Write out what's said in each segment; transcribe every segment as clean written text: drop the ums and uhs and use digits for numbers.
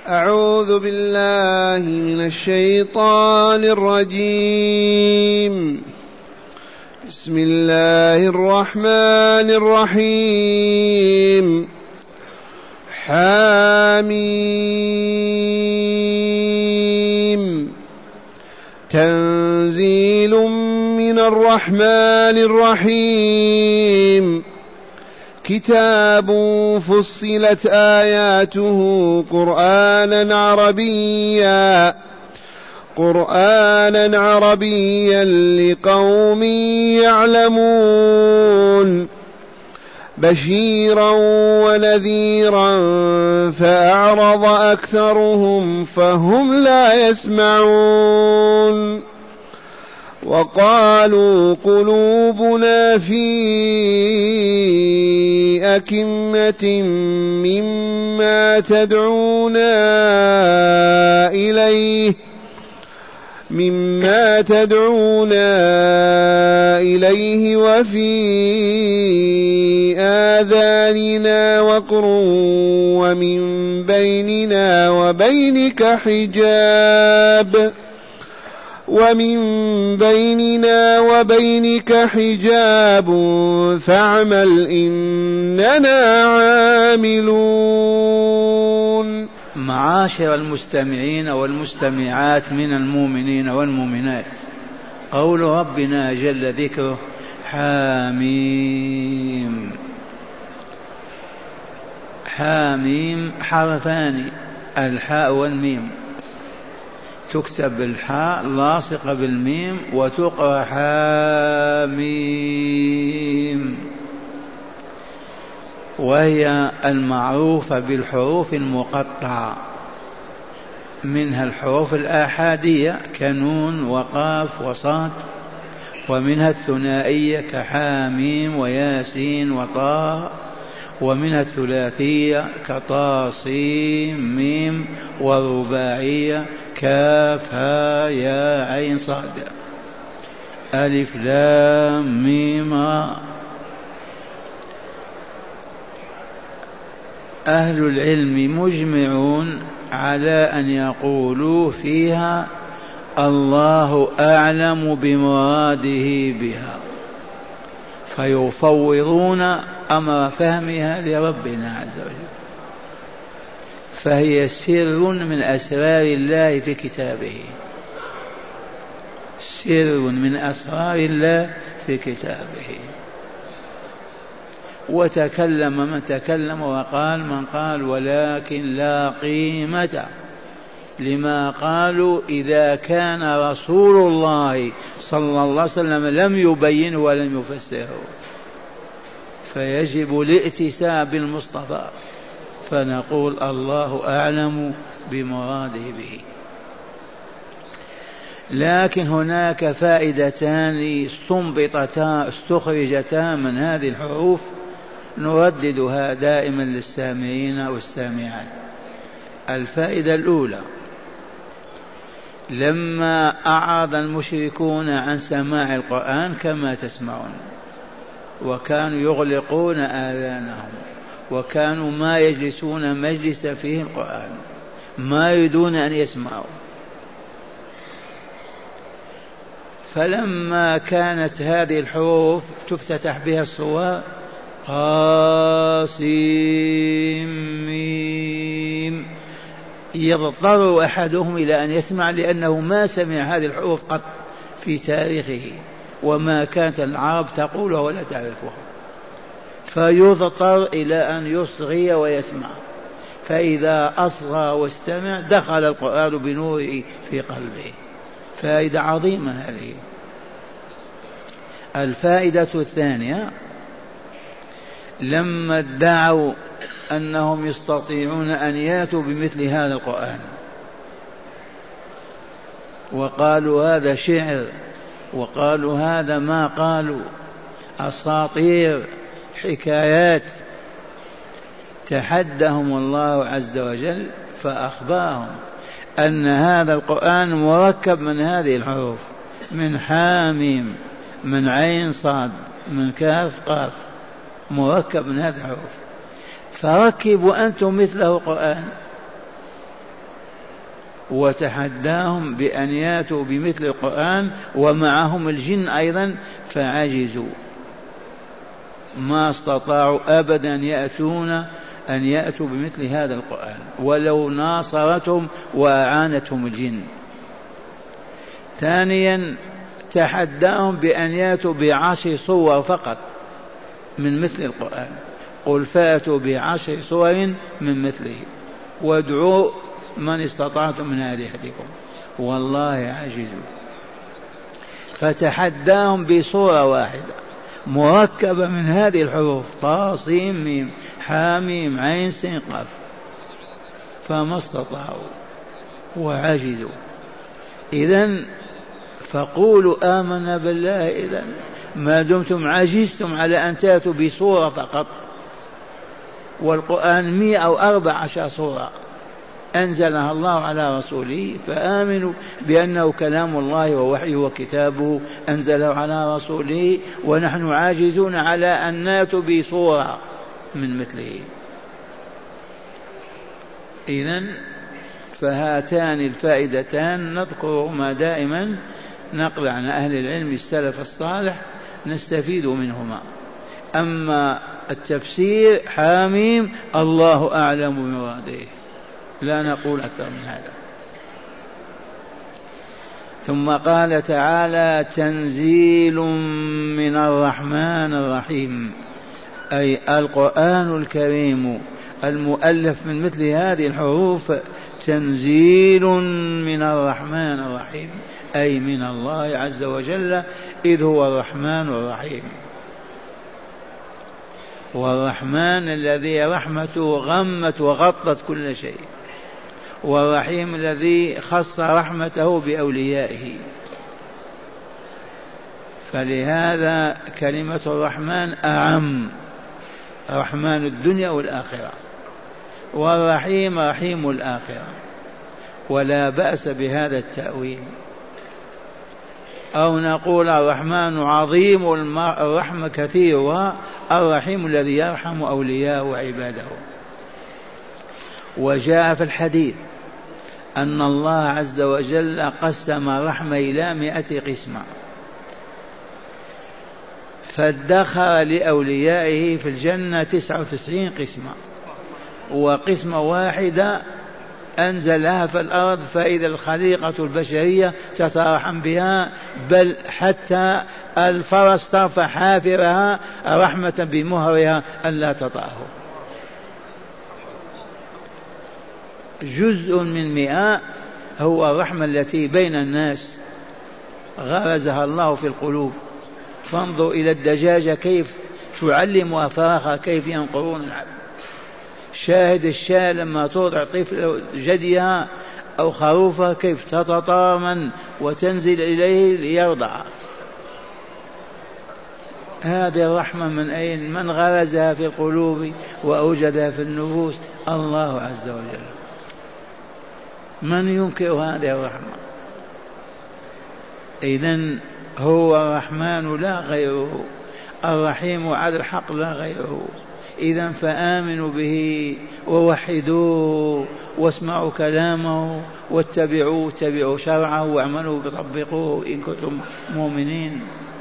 أعوذ بالله من الشيطان الرجيم. بسم الله الرحمن الرحيم. حميم. تنزيل من الرحمن الرحيم. كتاب فصلت آياته قرآنا عربيا لقوم يعلمون بشيرا ونذيرا فأعرض أكثرهم فهم لا يسمعون. وقالوا قلوبنا في أكنة مما تدعونا إليه وفي آذاننا وقر ومن بيننا وبينك حجاب فاعمل إننا عاملون. معاشر المستمعين والمستمعات من المؤمنين والمؤمنات، قول ربنا جل ذكره حميم. حميم حرفان، الحاء والميم، تكتب الحاء لاصقة بالميم وتقرأ حميم، وهي المعروفة بالحروف المقطعة، منها الحروف الآحادية كنون وقاف وصاد، ومنها الثنائية كحاميم وياسين وطاء، ومنها الثلاثية كطاصيم ميم، والرباعية كاف ها يا عين صاد ألف لام ميم را. أهل العلم مجمعون على أن يقولوا فيها الله أعلم بمراده بها، فيفوضون أمر فهمها لربنا عز وجل، فهي سر من أسرار الله في كتابه، سر من أسرار الله في كتابه. وتكلم من تكلم وقال من قال، ولكن لا قيمة لما قالوا إذا كان رسول الله صلى الله عليه وسلم لم يبينه ولم يفسره، فيجب الائتساء بالمصطفى، فنقول الله أعلم بمراده به. لكن هناك فائدتان استخرجتا من هذه الحروف نرددها دائما للسامعين والسامعات. الفائدة الأولى: لما أعرض المشركون عن سماع القرآن كما تسمعون، وكانوا يغلقون آذانهم، وكانوا ما يجلسون مجلس فيه القرآن، ما يريدون أن يسمعوا، فلما كانت هذه الحروف تفتتح بها الصور قاسم، يضطر أحدهم إلى أن يسمع، لأنه ما سمع هذه الحروف قط في تاريخه، وما كانت العرب تقولها ولا تعرفها، فيضطر إلى أن يصغي ويسمع، فإذا أصغى واستمع دخل القرآن بنوره في قلبه. فائدة عظيمة هذه. الفائدة الثانية: لما ادعوا أنهم يستطيعون أن يأتوا بمثل هذا القرآن، وقالوا هذا شعر، وقالوا هذا ما قالوا أساطير حكايات، تحدهم الله عز وجل فأخبرهم أن هذا القرآن مركب من هذه الحروف، من حاميم، من عين صاد، من كاف قاف، مركب من هذه الحروف، فركبوا أنتم مثله قرآن. وتحداهم بأن ياتوا بمثل القرآن ومعهم الجن أيضا فعجزوا، ما استطاعوا أبدا أن يأتوا بمثل هذا القرآن ولو ناصرتهم وأعانتهم الجن. ثانيا تحداهم بأن يأتوا ب10 صور فقط من مثل القرآن، قل فأتوا ب10 صور من مثله وادعوا من استطعتم من آلهتكم، والله عجزوا. فتحداهم بصورة واحدة مركبة من هذه الحروف طاسيم ميم حاميم عين سين قاف، فما استطاعوا وعجزوا. إذن فقولوا آمنا بالله إذن ما دمتم عجزتم على أن تأتوا بصورة فقط، والقرآن 114 صورة أنزلها الله على رسوله، فآمنوا بأنه كلام الله ووحيه وكتابه أنزله على رسوله، ونحن عاجزون على أن نأتوا بصورة من مثله. إذن فهاتان الفائدتان نذكرهما دائما نقل عن أهل العلم السلف الصالح نستفيد منهما. أما التفسير حاميم الله أعلم بمراده، لا نقول أكثر من هذا. ثم قال تعالى تنزيل من الرحمن الرحيم، أي القرآن الكريم المؤلف من مثل هذه الحروف تنزيل من الرحمن الرحيم، أي من الله عز وجل، إذ هو الرحمن الرحيم. والرحمن الذي رحمته غمت وغطت كل شيء، والرحيم الذي خص رحمته بأوليائه. فلهذا كلمة الرحمن أعم، رحمن الدنيا والآخرة، والرحيم رحيم الآخرة، ولا بأس بهذا التأويل. أو نقول الرحمن عظيم الرحمة كثيرة، الرحيم الذي يرحم أولياءه وعباده. وجاء في الحديث أن الله عز وجل قسم الرحمة إلى 100 قسمة، فادخر لأوليائه في الجنة 99 قسمة، وقسمة واحدة أنزلها في الأرض، فإذا الخليقة البشرية تترحم بها، بل حتى الفرس ترفع حافرها رحمة بمهرها ألا تطأه. جزء من 100 هو الرحمة التي بين الناس غرزها الله في القلوب. فانظر إلى الدجاجة كيف تعلم أفراخها كيف ينقرون العبد. شاهد الشاة لما توضع طفل جديها أو خروفها كيف تتطامن وتنزل إليه ليرضع. هذه الرحمة من أين؟ من غرزها في القلوب وأوجدها في النفوس؟ الله عز وجل. من ينكر هذه الرحمة؟ إذن هو الرحمن لا غيره، الرحيم على الحق لا غيره. إذن فآمنوا به ووحدوه واسمعوا كلامه واتبعوا شرعه واعملوا بطبقوه إن كنتم مؤمنين.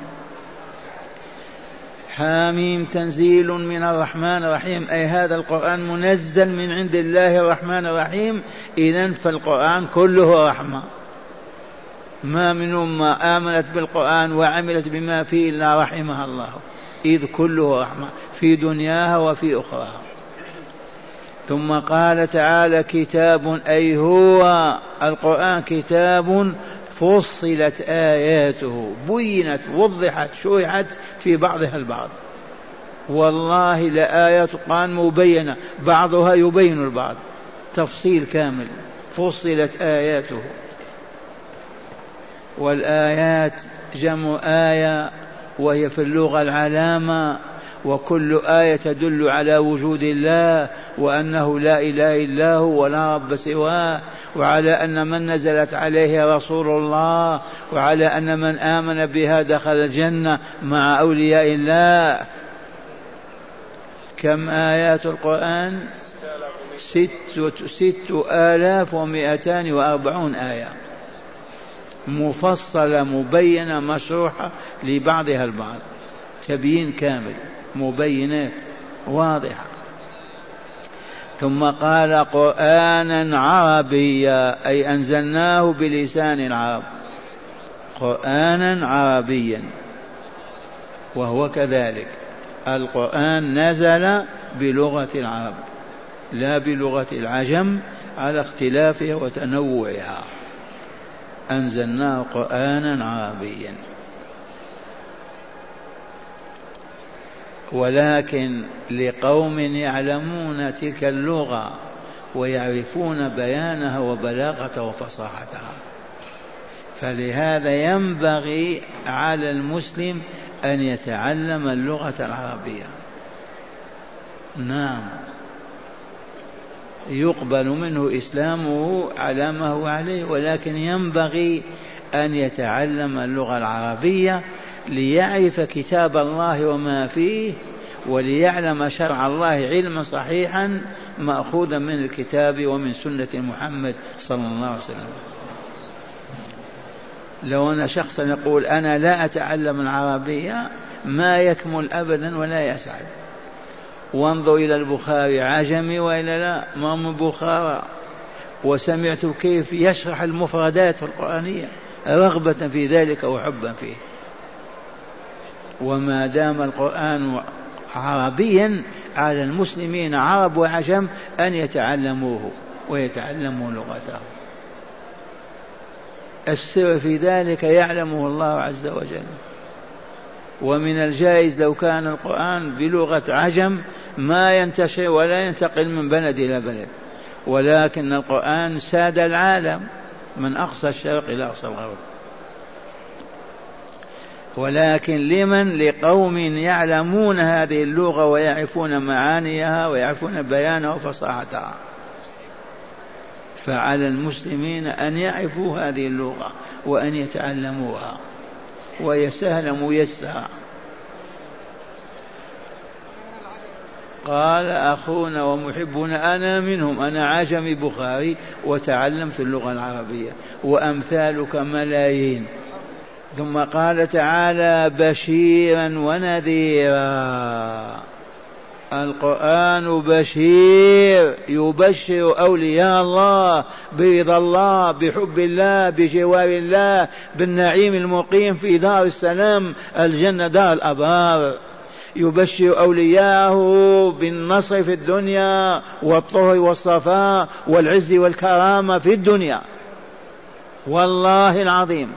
حاميم تنزيل من الرحمن الرحيم، أي هذا القرآن منزل من عند الله الرحمن الرحيم. إذن فالقرآن كله رحمة، ما من أمة آمنت بالقرآن وعملت بما فيه إلا رحمها الله، إذ كله رحمة في دنياها وفي أخراها. ثم قال تعالى كتاب، أي هو القرآن كتاب فصلت آياته، بينت وضحت شرحت في بعضها البعض. والله لآيات القرآن مبينة، بعضها يبين البعض تفصيل كامل. فصلت آياته، والآيات جمع آية، وهي في اللغة العلامة، وكل آية تدل على وجود الله وأنه لا إله إلا هو ولا رب سواه، وعلى أن من نزلت عليه رسول الله، وعلى أن من آمن بها دخل الجنة مع أولياء الله. كم آيات القرآن؟ 6240 آية مفصلة مبينة مشروحة لبعضها البعض، تبيين كامل، مبينات واضحة. ثم قال قرآنا عربيا، أي أنزلناه بلسان العرب، قرآنا عربيا. وهو كذلك، القرآن نزل بلغة العرب لا بلغة العجم على اختلافها وتنوعها، أنزلناه قرآنا عربيا. ولكن لقوم يعلمون تلك اللغة ويعرفون بيانها وبلاغتها وفصاحتها، فلهذا ينبغي على المسلم أن يتعلم اللغة العربية. نعم، يقبل منه إسلامه على ما هو عليه، ولكن ينبغي أن يتعلم اللغة العربية ليعرف كتاب الله وما فيه، وليعلم شرع الله علما صحيحا مأخوذا من الكتاب ومن سنة محمد صلى الله عليه وسلم. لو أن شخصا يقول أنا لا أتعلم العربية ما يكمل أبدا ولا يسعد. وانظر إلى البخاري، عجمي وإلا لا؟ ما من بخارى. وسمعت كيف يشرح المفردات القرآنية رغبة في ذلك وحبا فيه. وما دام القرآن عربيا على المسلمين عرب وعجم أن يتعلموه ويتعلموا لغته. السر في ذلك يعلمه الله عز وجل. ومن الجائز لو كان القرآن بلغة عجم ما ينتشر ولا ينتقل من بلد إلى بلد، ولكن القرآن ساد العالم من أقصى الشرق إلى أقصى الغرب. ولكن لمن؟ لقوم يعلمون هذه اللغة ويعرفون معانيها ويعرفون بيانها وفصاحتها. فعلى المسلمين أن يعرفوا هذه اللغة وأن يتعلموها، وهي سهلة ميسرة. قال أخونا ومحبنا أنا منهم، أنا عجمي بخاري وتعلمت اللغة العربية وأمثالك ملايين. ثم قال تعالى بشيرا ونذيرا، القرآن بشير، يبشر أولياء الله برضا الله، بحب الله، بجوار الله، بالنعيم المقيم في دار السلام الجنة دار الأبرار. يبشر أولياءه بالنصر في الدنيا والطهر والصفاء والعز والكرامة في الدنيا والله العظيم.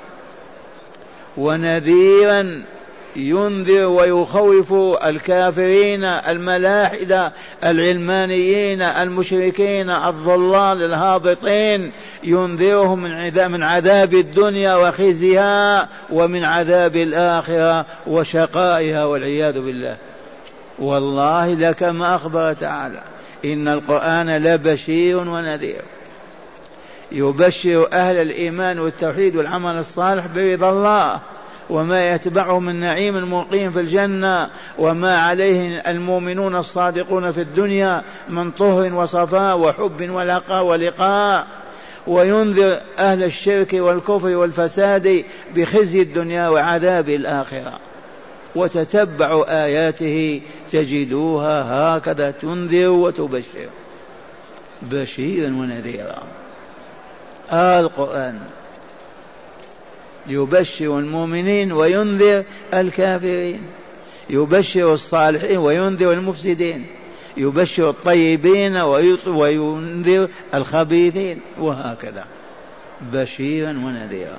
ونذيرا ينذر ويخوف الكافرين الملاحدة العلمانيين المشركين الضلال الهابطين، ينذرهم من عذاب الدنيا وخزيها ومن عذاب الآخرة وشقائها والعياذ بالله. والله لكما أخبر تعالى إن القرآن لبشير ونذير، يبشر أهل الإيمان والتوحيد والعمل الصالح برضا الله وما يتبعه من نعيم المقيم في الجنة وما عليه المؤمنون الصادقون في الدنيا من طهر وصفاء وحب ولقاء. وينذر أهل الشرك والكفر والفساد بخزي الدنيا وعذاب الآخرة. وتتبعوا آياته تجدوها هكذا تنذر وتبشر، بشيرا ونذيرا. القرآن يبشر المؤمنين وينذر الكافرين، يبشر الصالحين وينذر المفسدين، يبشر الطيبين وينذر الخبيثين، وهكذا بشيرا ونذيرا.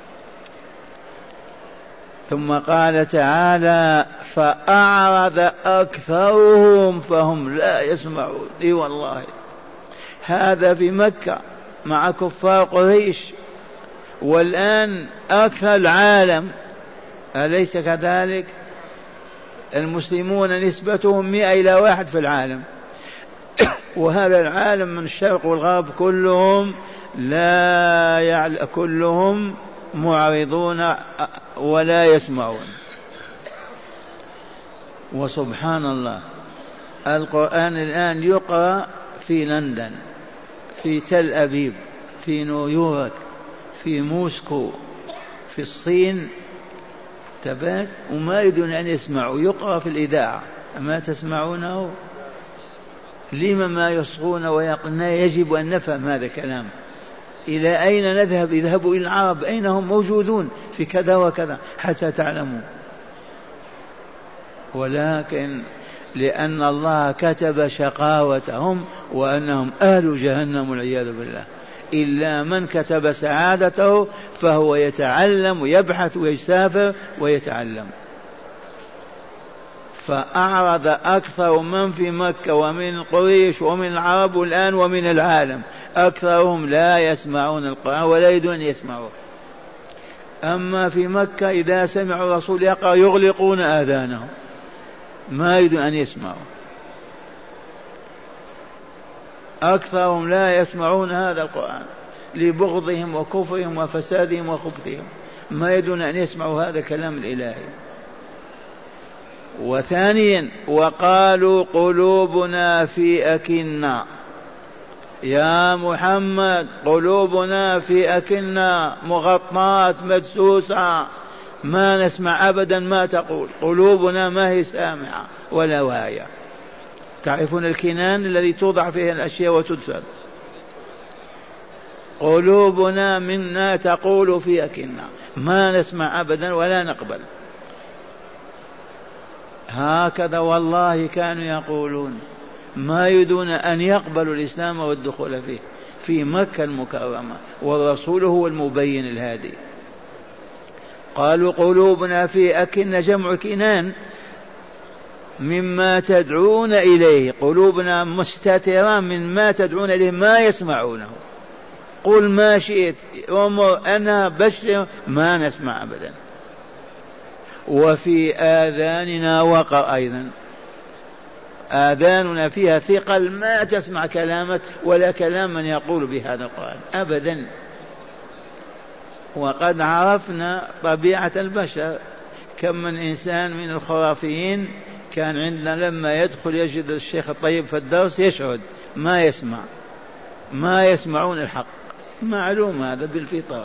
ثم قال تعالى فأعرض أكثرهم فهم لا يسمعون. إي والله هذا في مكة مع كفار قريش، والآن أكثر العالم، أليس كذلك؟ المسلمون نسبتهم 100 إلى 1 في العالم، وهذا العالم من الشرق والغرب كلهم كلهم معرضون ولا يسمعون. وسبحان الله القرآن الآن يقرأ في لندن، في تل أبيب، في نيويورك، في موسكو، في الصين، تبات وما يريدون أن يسمعوا، يقرأ في الإذاعة أما تسمعونه؟ لما ما يصغون ويقولون يجب أن نفهم هذا الكلام. إلى أين نذهب؟ اذهبوا إلى العرب، أين هم موجودون في كذا وكذا حتى تعلموا. ولكن لأن الله كتب شقاوتهم وأنهم أهل جهنم والعياذ بالله. إلا من كتب سعادته فهو يتعلم ويبحث ويسافر ويتعلم. فأعرض أكثر من في مكة ومن قريش ومن العرب الآن ومن العالم، أكثرهم لا يسمعون القرآن ولا يريدون أن يسمعوه. أما في مكة إذا سمعوا الرسول يقرأ يغلقون آذانهم، ما يريدون أن يسمعوا. أكثرهم لا يسمعون هذا القرآن لبغضهم وكفرهم وفسادهم وخبثهم، ما يريدون أن يسمعوا هذا الكلام الإلهي. وثانيا وقالوا قلوبنا في أكنة، يا محمد قلوبنا في أكنة، مغطاة مدسوسة، ما نسمع أبدا ما تقول، قلوبنا ما هي سامعة ولا واعية. تعرفون الكنان الذي توضع فيه الأشياء وتدفن؟ قلوبنا منا تقول في أكنة، ما نسمع أبدا ولا نقبل. هكذا والله كانوا يقولون، ما يريدون أن يقبلوا الإسلام والدخول فيه في مكة المكرمة، والرسول هو المبين الهادي. قالوا قلوبنا في أكنة، جمع كنان، مما تدعون إليه، قلوبنا مستترة مما تدعون إليه، ما يسمعونه. قل ما شئت أمر أنا بشر، ما نسمع أبدا. وفي آذاننا وقر أيضا، آذاننا فيها ثقل، ما تسمع كلامك ولا كلام من يقول بهذا القرآن أبدا. وقد عرفنا طبيعة البشر، كم من إنسان من الخرافيين كان عندنا لما يدخل يجد الشيخ الطيب في الدرس يشهد، ما يسمع، ما يسمعون الحق، معلوم هذا بالفطرة،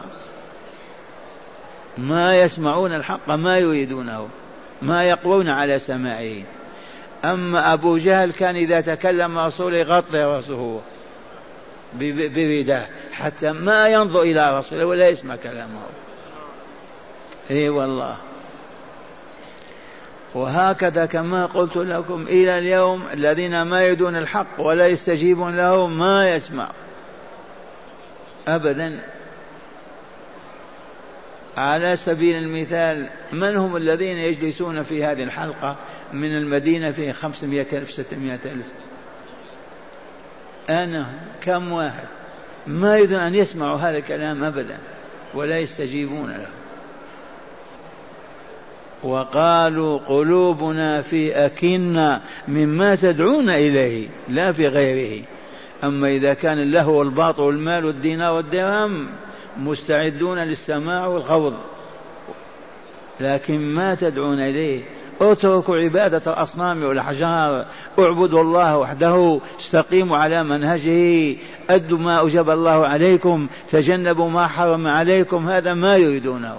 ما يسمعون الحق، ما يريدونه، ما يقوون على سماعه. أما أبو جهل كان إذا تكلم رسول يغطي رأسه برداه حتى ما ينظر إلى رسوله ولا يسمع كلامه. إي والله. وهكذا كما قلت لكم إلى اليوم الذين ما يدون الحق ولا يستجيبون له ما يسمع أبدا. على سبيل المثال، من هم الذين يجلسون في هذه الحلقة من المدينة فيه 500,000 600,000؟ أنا كم واحد ما يريدون أن يسمعوا هذا الكلام أبدا ولا يستجيبون له. وقالوا قلوبنا في أكنة مما تدعون إليه، لا في غيره. أما إذا كان اللهو والباطل والمال والدينار والدرهم مستعدون للسماع والخوض، لكن ما تدعون إليه. اتركوا عبادة الأصنام والأحجار، اعبدوا الله وحده، استقيموا على منهجه، أدوا ما أوجب الله عليكم، تجنبوا ما حرم عليكم، هذا ما يريدونه.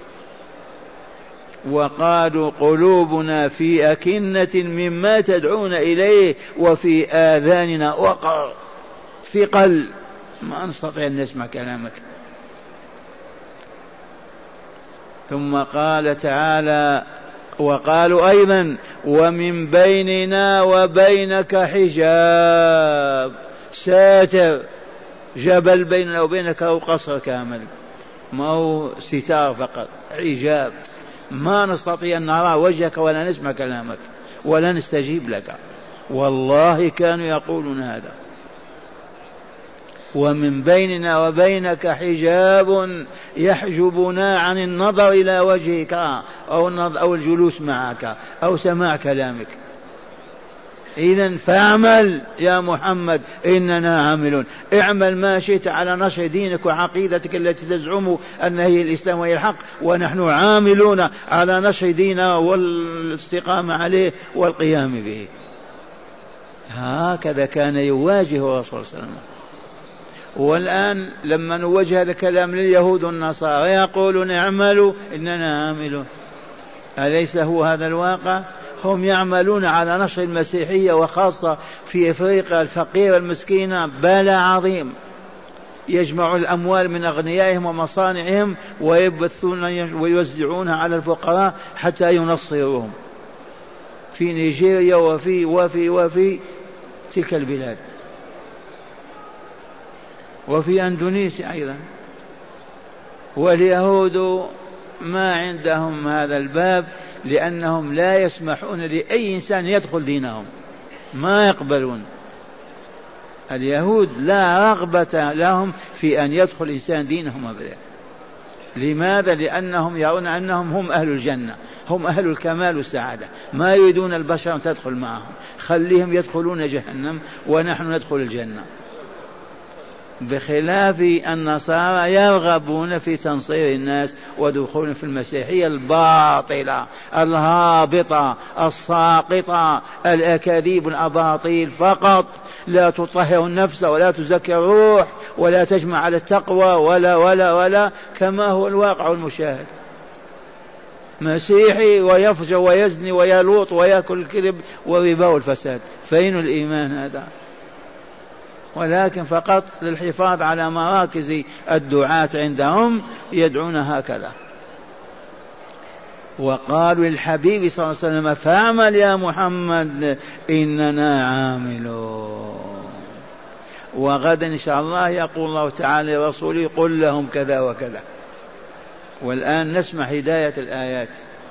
وقالوا قلوبنا في أكنة مما تدعون إليه وفي آذاننا وقر، ثقل، ما نستطيع أن نسمع كلامك. ثم قال تعالى وقالوا أيضا ومن بيننا وبينك حجاب، ساتر، جبل بيننا وبينك أو قصر كامل، ما هو ستار فقط، حجاب، ما نستطيع أن نرى وجهك ولا نسمع كلامك ولا نستجيب لك. والله كانوا يقولون هذا. ومن بيننا وبينك حجاب يحجبنا عن النظر إلى وجهك أو الجلوس معك أو سماع كلامك. إذن فاعمل يا محمد إننا عاملون، اعمل ما شئت على نشر دينك وعقيدتك التي تزعم أن هي الإسلام وهي الحق، ونحن عاملون على نشر ديننا والاستقامة عليه والقيام به. هكذا كان يواجه الرسول صلى الله عليه وسلم. والآن لما نوجه هذا الكلام لليهود والنصارى يقولون اعملوا إننا عاملون، أليس هو هذا الواقع؟ هم يعملون على نشر المسيحية وخاصة في أفريقيا الفقيرة المسكينة بلاء عظيم، يجمعون الأموال من أغنيائهم ومصانعهم ويبثون ويوزعونها على الفقراء حتى ينصروهم في نيجيريا وفي تلك البلاد وفي أندونيسيا أيضا. واليهود ما عندهم هذا الباب، لأنهم لا يسمحون لأي إنسان يدخل دينهم، ما يقبلون. اليهود لا رغبة لهم في أن يدخل إنسان دينهم أبدا. لماذا؟ لأنهم يرون أنهم هم أهل الجنة، هم أهل الكمال والسعادة، ما يريدون البشر أن تدخل معهم، خليهم يدخلون جهنم ونحن ندخل الجنة. بخلاف النصارى يرغبون في تنصير الناس ودخول في المسيحية الباطلة الهابطة الساقطة، الأكاذيب الأباطيل فقط، لا تطهر النفس ولا تزكي الروح ولا تجمع على التقوى ولا كما هو الواقع المشاهد. مسيحي ويفجر ويزني ويلوط ويأكل الكذب والربا والفساد، فين الإيمان هذا؟ ولكن فقط للحفاظ على مراكز الدعاة عندهم يدعون هكذا. وقالوا للحبيب صلى الله عليه وسلم فاعمل يا محمد إننا عاملون. وغدا إن شاء الله يقول الله تعالى لرسوله قل لهم كذا وكذا. والآن نسمع هداية الآيات.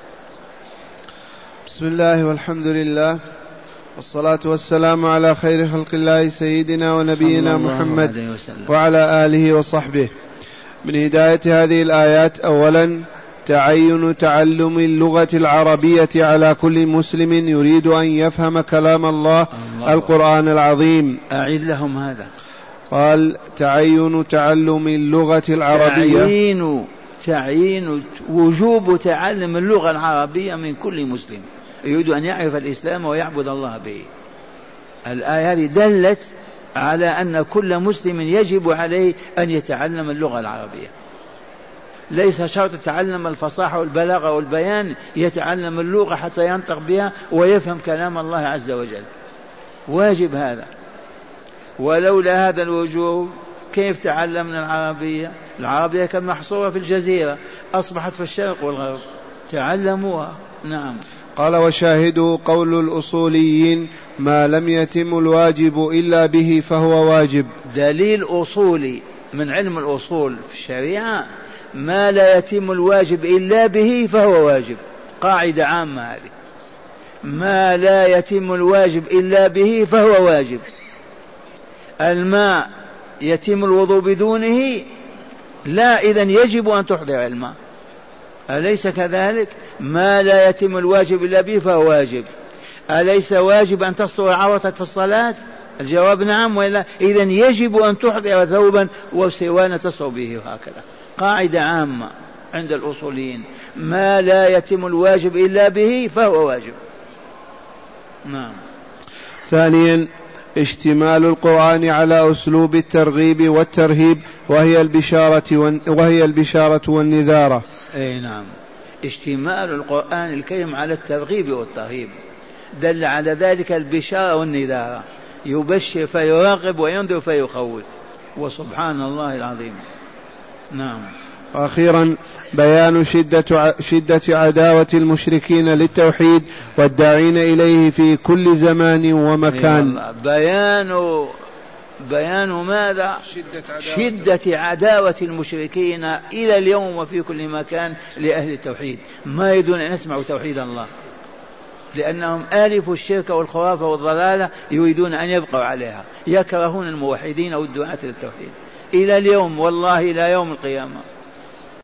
بسم الله والحمد لله والصلاة والسلام على خير خلق الله سيدنا ونبينا محمد وعلى آله وصحبه. من هداية هذه الآيات أولا تعين تعلم اللغة العربية على كل مسلم يريد أن يفهم كلام الله القرآن العظيم. أعيد لهم هذا. قال تعين تعلم اللغة العربية، تعيين وجوب تعلم اللغة العربية من كل مسلم يريد أن يعرف الإسلام ويعبد الله به. الآية هذه دلت على أن كل مسلم يجب عليه أن يتعلم اللغة العربية، ليس شرط يتعلم الفصاحة والبلاغة والبيان، يتعلم اللغة حتى ينطق بها ويفهم كلام الله عز وجل، واجب هذا. ولولا هذا الوجوب كيف تعلمنا العربية؟ العربية كانت محصورة في الجزيرة، أصبحت في الشرق والغرب، تعلموها. نعم. قال وشاهدوا قول الأصوليين ما لم يتم الواجب إلا به فهو واجب. دليل أصولي من علم الأصول في الشريعة، ما لا يتم الواجب إلا به فهو واجب، قاعدة عامة هذه، ما لا يتم الواجب إلا به فهو واجب. الماء يتم الوضوء بدونه؟ لا، إذن يجب أن تحضر الماء، أليس كذلك؟ ما لا يتم الواجب إلا به فهو واجب. أليس واجب أن تستر عورتك في الصلاة؟ الجواب نعم وإلا. إذن يجب أن تحضر ثوبا وسوان تستر به، وهكذا قاعدة عامة عند الأصوليين، ما لا يتم الواجب إلا به فهو واجب. نعم. ثانيا اشتمال القرآن على أسلوب الترغيب والترهيب وهي البشارة والنذارة. أي نعم، اشتمال القرآن الكريم على الترغيب والترهيب دل على ذلك البشارة والنذارة، يبشر فيرغب وينذر فيخوف، وسبحان الله العظيم. نعم. وأخيرا بيان شدة عداوة المشركين للتوحيد والداعين إليه في كل زمان ومكان. بيان ماذا؟ شدة عداوة المشركين إلى اليوم وفي كل مكان لأهل التوحيد، ما يريدون أن يسمعوا توحيد الله، لأنهم آلفوا الشرك والخرافة والضلالة، يريدون أن يبقوا عليها، يكرهون الموحدين أو الدعاة للتوحيد إلى اليوم، والله إلى يوم القيامة.